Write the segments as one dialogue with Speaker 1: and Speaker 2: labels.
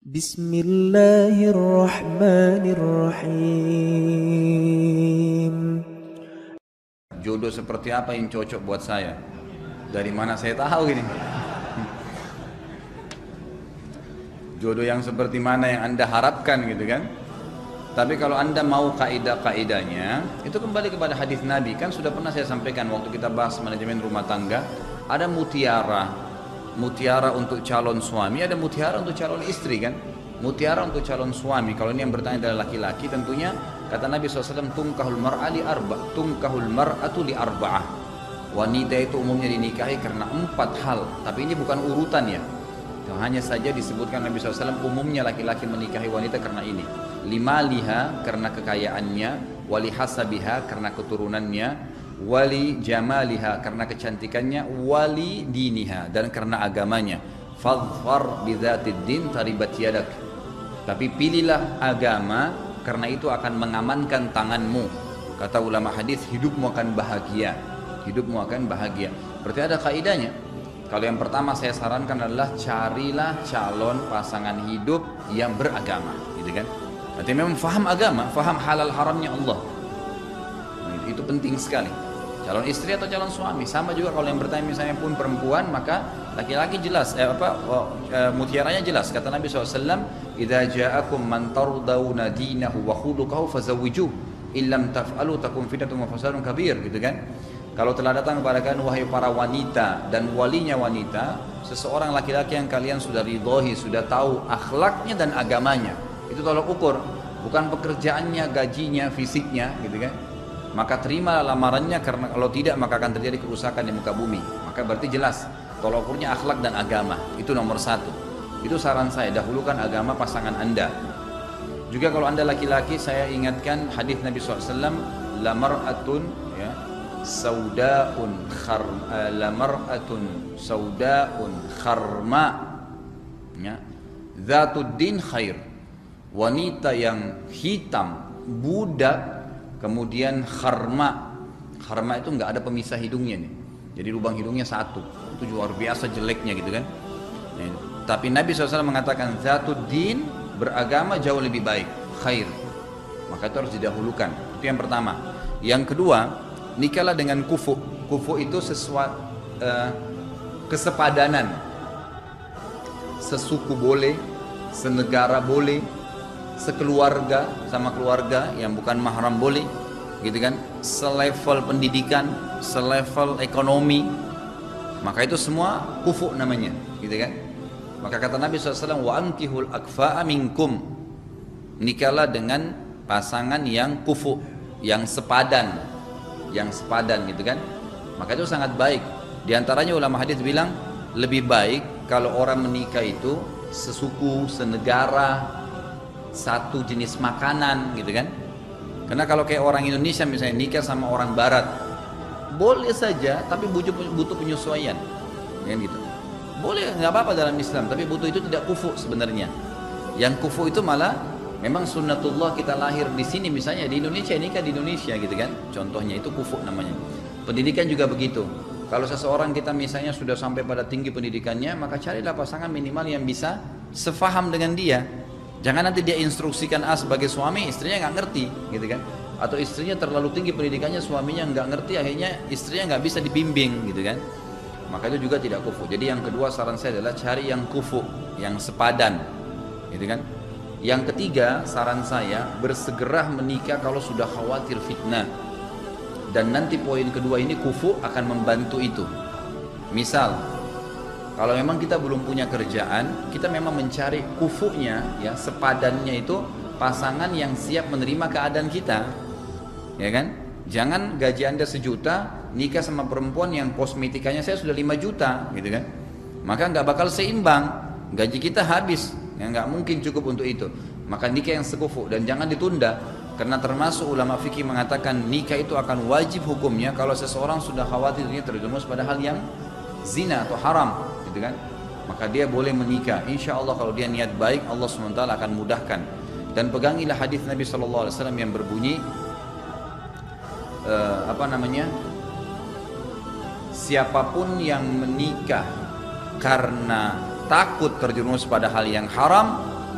Speaker 1: Bismillahirrahmanirrahim.
Speaker 2: Jodoh seperti apa yang cocok buat saya? Dari mana saya tahu ini? Jodoh yang seperti mana yang Anda harapkan gitu kan? Tapi kalau Anda mau kaidah-kaidahnya, itu kembali kepada hadis Nabi. Kan sudah pernah saya sampaikan waktu kita bahas manajemen rumah tangga, ada mutiara untuk calon suami, ada mutiara untuk calon istri kan? Mutiara untuk calon suami, kalau ini yang bertanya adalah laki-laki, tentunya kata Nabi SAW, tungkahul mar'atu li arba'ah. Wanita itu umumnya dinikahi karena 4 hal, tapi ini bukan urutan ya. Hanya saja disebutkan Nabi SAW umumnya laki-laki menikahi wanita karena ini. Limaliha karena kekayaannya, wali hasabiha karena keturunannya, wali jamaliha karena kecantikannya, wali diniha dan karena agamanya. Fadhfar bidzatid din taribat yadak. Tapi pilihlah agama karena itu akan mengamankan tanganmu. Kata ulama hadis, hidupmu akan bahagia. Hidupmu akan bahagia. Berarti ada kaidahnya. Kalau yang pertama saya sarankan adalah carilah calon pasangan hidup yang beragama, gitu kan? Berarti memang faham agama, faham halal haramnya Allah. Itu penting sekali. Calon istri atau calon suami sama juga. Kalau yang bertanya misalnya pun perempuan, maka laki-laki jelas mutiaranya jelas. Kata Nabi SAW, idza ja'akum man tardawna dinahu wa khuluquhu fazawwijuh illam taf'alu takun fitnatun wa fasadun kabir, gitu kan? Kalau telah datang kepada kalian wahai para wanita dan walinya wanita, seseorang laki-laki yang kalian sudah ridhoi, sudah tahu akhlaknya dan agamanya, itu tolak ukur, bukan pekerjaannya, gajinya, fisiknya, gitu kan? Maka terima lamarannya, karena kalau tidak maka akan terjadi kerusakan di muka bumi. Maka berarti jelas tolak ukurnya akhlak dan agama, itu nomor 1. Itu saran saya, dahulukan agama pasangan Anda. Juga kalau Anda laki-laki, saya ingatkan hadis Nabi SAW, lamar'atun ya saudaun kharma ya dzatuddin khair. Wanita yang hitam, budak, kemudian kharma itu nggak ada pemisah hidungnya nih, jadi lubang hidungnya 1, itu luar biasa jeleknya gitu kan ya. Tapi Nabi SAW mengatakan dzatuddin, beragama jauh lebih baik, khair, maka itu harus didahulukan. Itu yang pertama. Yang kedua, nikahlah dengan kufu. Kufu itu sesuatu kesepadanan, sesuku boleh, senegara boleh, sekeluarga sama keluarga yang bukan mahram boleh, gitu kan, selevel pendidikan, selevel ekonomi, maka itu semua kufu namanya, gitu kan. Maka kata Nabi SAW, wa ankihul akfa'a minkum, nikahlah dengan pasangan yang kufu, yang sepadan gitu kan. Maka itu sangat baik. Di antaranya ulama hadis bilang lebih baik kalau orang menikah itu sesuku, senegara, satu jenis makanan, gitu kan. Karena kalau kayak orang Indonesia misalnya nikah sama orang Barat, boleh saja, tapi butuh penyesuaian, ya gitu. Boleh, nggak apa-apa dalam Islam, tapi butuh itu tidak kufu sebenarnya. Yang kufu itu malah memang sunnatullah, kita lahir di sini misalnya di Indonesia, nikah di Indonesia gitu kan. Contohnya itu kufu namanya. Pendidikan juga begitu. Kalau seseorang kita misalnya sudah sampai pada tinggi pendidikannya, maka carilah pasangan minimal yang bisa sefaham dengan dia. Jangan nanti dia instruksikan A sebagai suami, istrinya nggak ngerti, gitu kan? Atau istrinya terlalu tinggi pendidikannya, suaminya nggak ngerti, akhirnya istrinya nggak bisa dibimbing, gitu kan? Maka itu juga tidak kufu. Jadi yang kedua saran saya adalah cari yang kufu, yang sepadan, gitu kan? Yang ketiga saran saya, bersegera menikah kalau sudah khawatir fitnah. Dan nanti poin kedua ini kufu akan membantu itu. Misal, kalau memang kita belum punya kerjaan, kita memang mencari kufunya, ya sepadannya itu pasangan yang siap menerima keadaan kita, ya kan? Jangan gaji Anda 1 juta, nikah sama perempuan yang kosmetikanya saya sudah 5 juta, gitu kan? Maka nggak bakal seimbang, gaji kita habis, ya nggak mungkin cukup untuk itu. Maka nikah yang sekufu dan jangan ditunda, karena termasuk ulama fikih mengatakan nikah itu akan wajib hukumnya kalau seseorang sudah khawatir dia terjerumus pada hal yang zina atau haram, gitu kan? Maka dia boleh menikah. Insya Allah kalau dia niat baik, Allah SWT akan mudahkan. Dan pegangilah hadis Nabi SAW yang berbunyi, siapapun yang menikah karena takut terjerumus pada hal yang haram,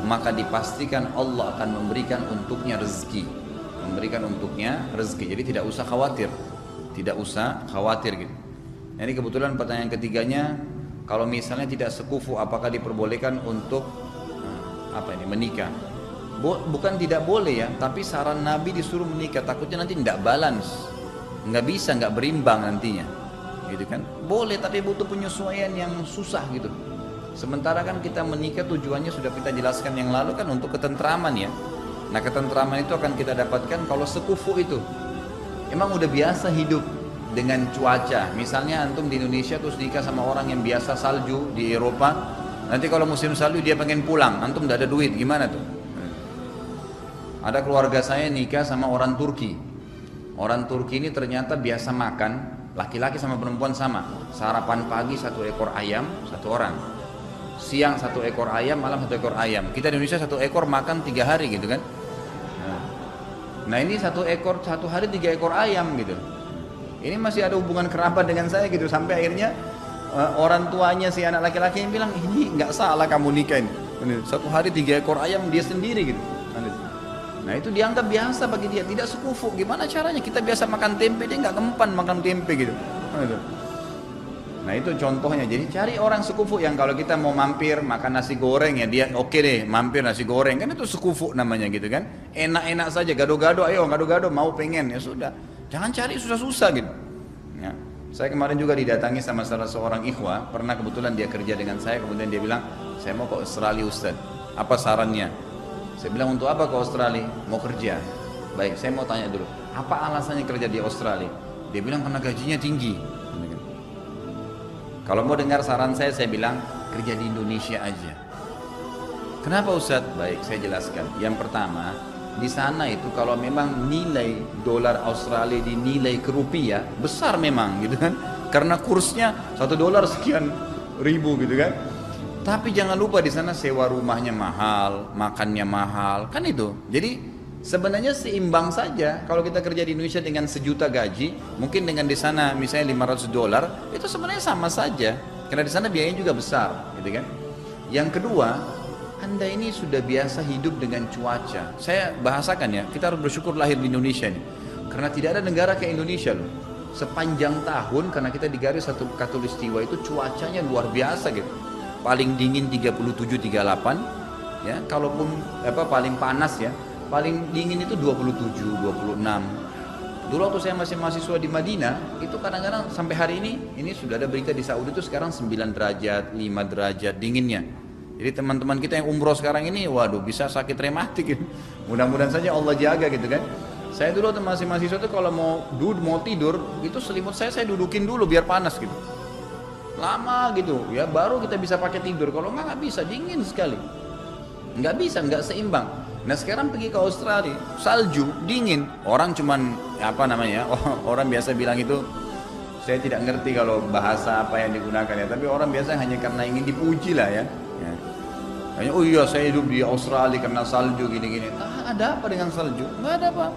Speaker 2: maka dipastikan Allah akan memberikan untuknya rezeki. Memberikan untuknya rezeki. Jadi tidak usah khawatir. Tidak usah khawatir gitu. Nah, ini kebetulan pertanyaan ketiganya, kalau misalnya tidak sekufu apakah diperbolehkan untuk menikah? Bukan tidak boleh ya, tapi saran Nabi disuruh menikah, takutnya nanti tidak balance, nggak bisa, nggak berimbang nantinya, gitu kan? Boleh, tapi butuh penyesuaian yang susah gitu. Sementara kan kita menikah tujuannya sudah kita jelaskan yang lalu kan untuk ketentraman ya. Nah ketentraman itu akan kita dapatkan kalau sekufu itu. Emang udah biasa hidup dengan cuaca. Misalnya antum di Indonesia terus nikah sama orang yang biasa salju di Eropa. Nanti kalau musim salju dia pengen pulang, antum tidak ada duit, gimana tuh? Ada keluarga saya nikah sama orang Turki. Orang Turki ini ternyata biasa makan, laki-laki sama perempuan sama. Sarapan pagi 1 ekor ayam, 1 orang. Siang 1 ekor ayam, malam 1 ekor ayam. Kita di Indonesia 1 ekor makan 3 hari gitu kan. Nah ini 1 ekor, 1 hari 3 ekor ayam gitu. Ini masih ada hubungan kerabat dengan saya gitu. Sampai akhirnya orang tuanya si anak laki-laki yang bilang, ini nggak salah kamu nikah ini. 1 hari 3 ekor ayam dia sendiri gitu. Nah itu dianggap biasa bagi dia, tidak sekufu. Gimana caranya? Kita biasa makan tempe, dia nggak mempan makan tempe gitu. Nah itu contohnya. Jadi cari orang sekufu yang kalau kita mau mampir makan nasi goreng ya dia oke deh mampir nasi goreng, kan itu sekufu namanya gitu kan. Enak-enak saja, gado-gado, ayo gado-gado mau pengen ya sudah. Jangan cari susah-susah gitu. Ya. Saya kemarin juga didatangi sama salah seorang ikhwah, pernah kebetulan dia kerja dengan saya, kemudian dia bilang, saya mau ke Australia Ustaz, apa sarannya? Saya bilang, untuk apa ke Australia? Mau kerja. Baik, saya mau tanya dulu, apa alasannya kerja di Australia? Dia bilang karena gajinya tinggi. Kalau mau dengar saran saya bilang kerja di Indonesia aja. Kenapa Ustaz? Baik, saya jelaskan. Yang pertama, di sana itu kalau memang nilai dolar Australia dinilai ke rupiah besar memang gitu kan, karena kursnya $1 sekian ribu gitu kan. Tapi jangan lupa di sana sewa rumahnya mahal, makannya mahal, kan itu. Jadi sebenarnya seimbang saja. Kalau kita kerja di Indonesia dengan 1 juta gaji, mungkin dengan di sana misalnya $500, itu sebenarnya sama saja. Karena di sana biayanya juga besar, gitu kan. Yang kedua, Anda ini sudah biasa hidup dengan cuaca. Saya bahasakan ya, kita harus bersyukur lahir di Indonesia nih. Karena tidak ada negara kayak Indonesia loh. Sepanjang tahun karena kita di garis satu khatulistiwa itu cuacanya luar biasa gitu. Paling dingin 37, 38 ya, kalaupun paling panas ya, paling dingin itu 27, 26. Dulu waktu saya masih mahasiswa di Madinah, itu kadang-kadang sampai hari ini sudah ada berita di Saudi itu sekarang 9 derajat, 5 derajat dinginnya. Jadi teman-teman kita yang umroh sekarang ini, waduh bisa sakit rematik gitu. Mudah-mudahan saja Allah jaga gitu kan. Saya dulu waktu masih mahasiswa itu kalau mau tidur, itu selimut saya dudukin dulu biar panas gitu. Lama gitu ya baru kita bisa pakai tidur, kalau nggak bisa, dingin sekali, nggak bisa, nggak seimbang. Nah sekarang pergi ke Australia, salju, dingin, orang cuman orang biasa bilang itu, saya tidak ngerti kalau bahasa apa yang digunakan ya, tapi orang biasa hanya karena ingin dipuji lah ya. Hanya, oh iya saya hidup di Australia karena salju gini-gini. Ada apa dengan salju? Nggak ada apa.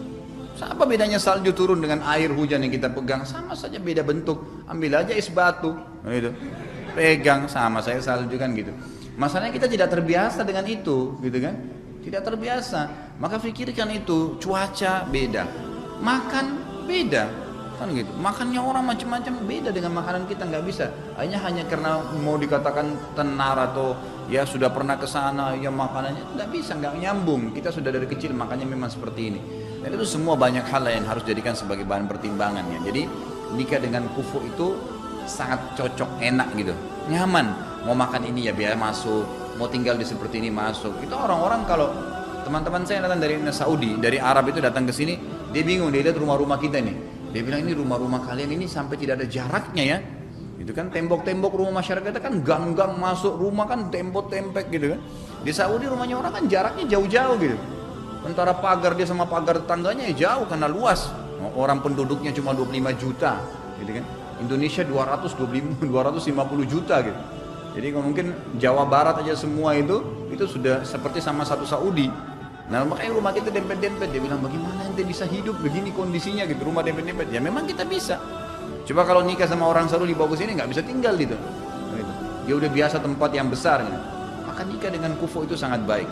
Speaker 2: Apa bedanya salju turun dengan air hujan yang kita pegang? Sama saja, beda bentuk. Ambil aja es batu, gitu. Pegang, sama saya salju kan gitu. Masalahnya kita tidak terbiasa dengan itu, gitu kan? Tidak terbiasa. Maka pikirkan itu, cuaca beda, makan beda, kan gitu. Makannya orang macam-macam beda dengan makanan kita, nggak bisa. Hanya karena mau dikatakan tenar atau ya sudah pernah ke sana, ya makanannya nggak bisa, nggak nyambung. Kita sudah dari kecil makannya memang seperti ini. Dan itu semua banyak hal yang harus jadikan sebagai bahan pertimbangan ya. Jadi nikah dengan kufu itu sangat cocok, enak gitu, nyaman. Mau makan ini ya biar masuk, mau tinggal di seperti ini masuk. Itu orang-orang kalau teman-teman saya datang dari Saudi, dari Arab itu datang ke sini, dia bingung, dia lihat rumah-rumah kita nih. Dia bilang ini rumah-rumah kalian ini sampai tidak ada jaraknya ya. Itu kan tembok-tembok rumah masyarakat kan gang-gang masuk rumah kan tembok-tembek gitu kan. Di Saudi rumahnya orang kan jaraknya jauh-jauh gitu. Antara pagar dia sama pagar tetangganya ya jauh karena luas. Orang penduduknya cuma 25 juta gitu kan. Indonesia 250 juta gitu. Jadi mungkin Jawa Barat aja semua itu sudah seperti sama satu Saudi. Nah makanya rumah kita dempet-dempet. Dia bilang bagaimana ente bisa hidup begini kondisinya gitu, rumah dempet-dempet. Ya memang kita bisa. Coba kalau nikah sama orang Saudi dibawa ke sini nggak bisa tinggal gitu. Dia udah biasa tempat yang besar gitu. maka nikah dengan kufu itu sangat baik.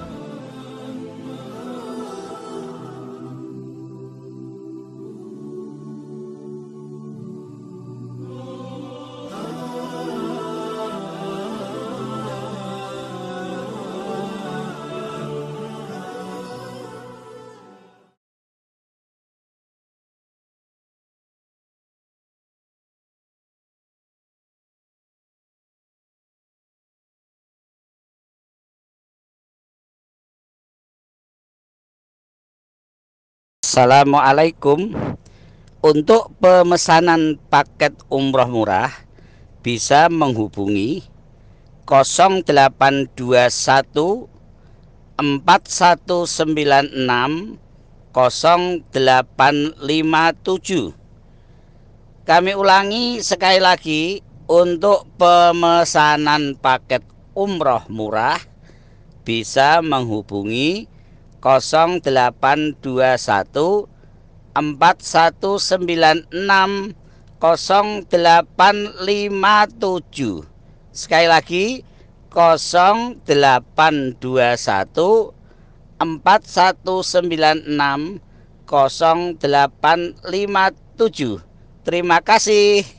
Speaker 1: Assalamualaikum. Untuk pemesanan paket umroh murah bisa menghubungi 0821 4196 0857. Kami ulangi sekali lagi, untuk pemesanan paket umroh murah bisa menghubungi 0821 4196 0857. Sekali lagi 0821 4196 0857. Terima kasih.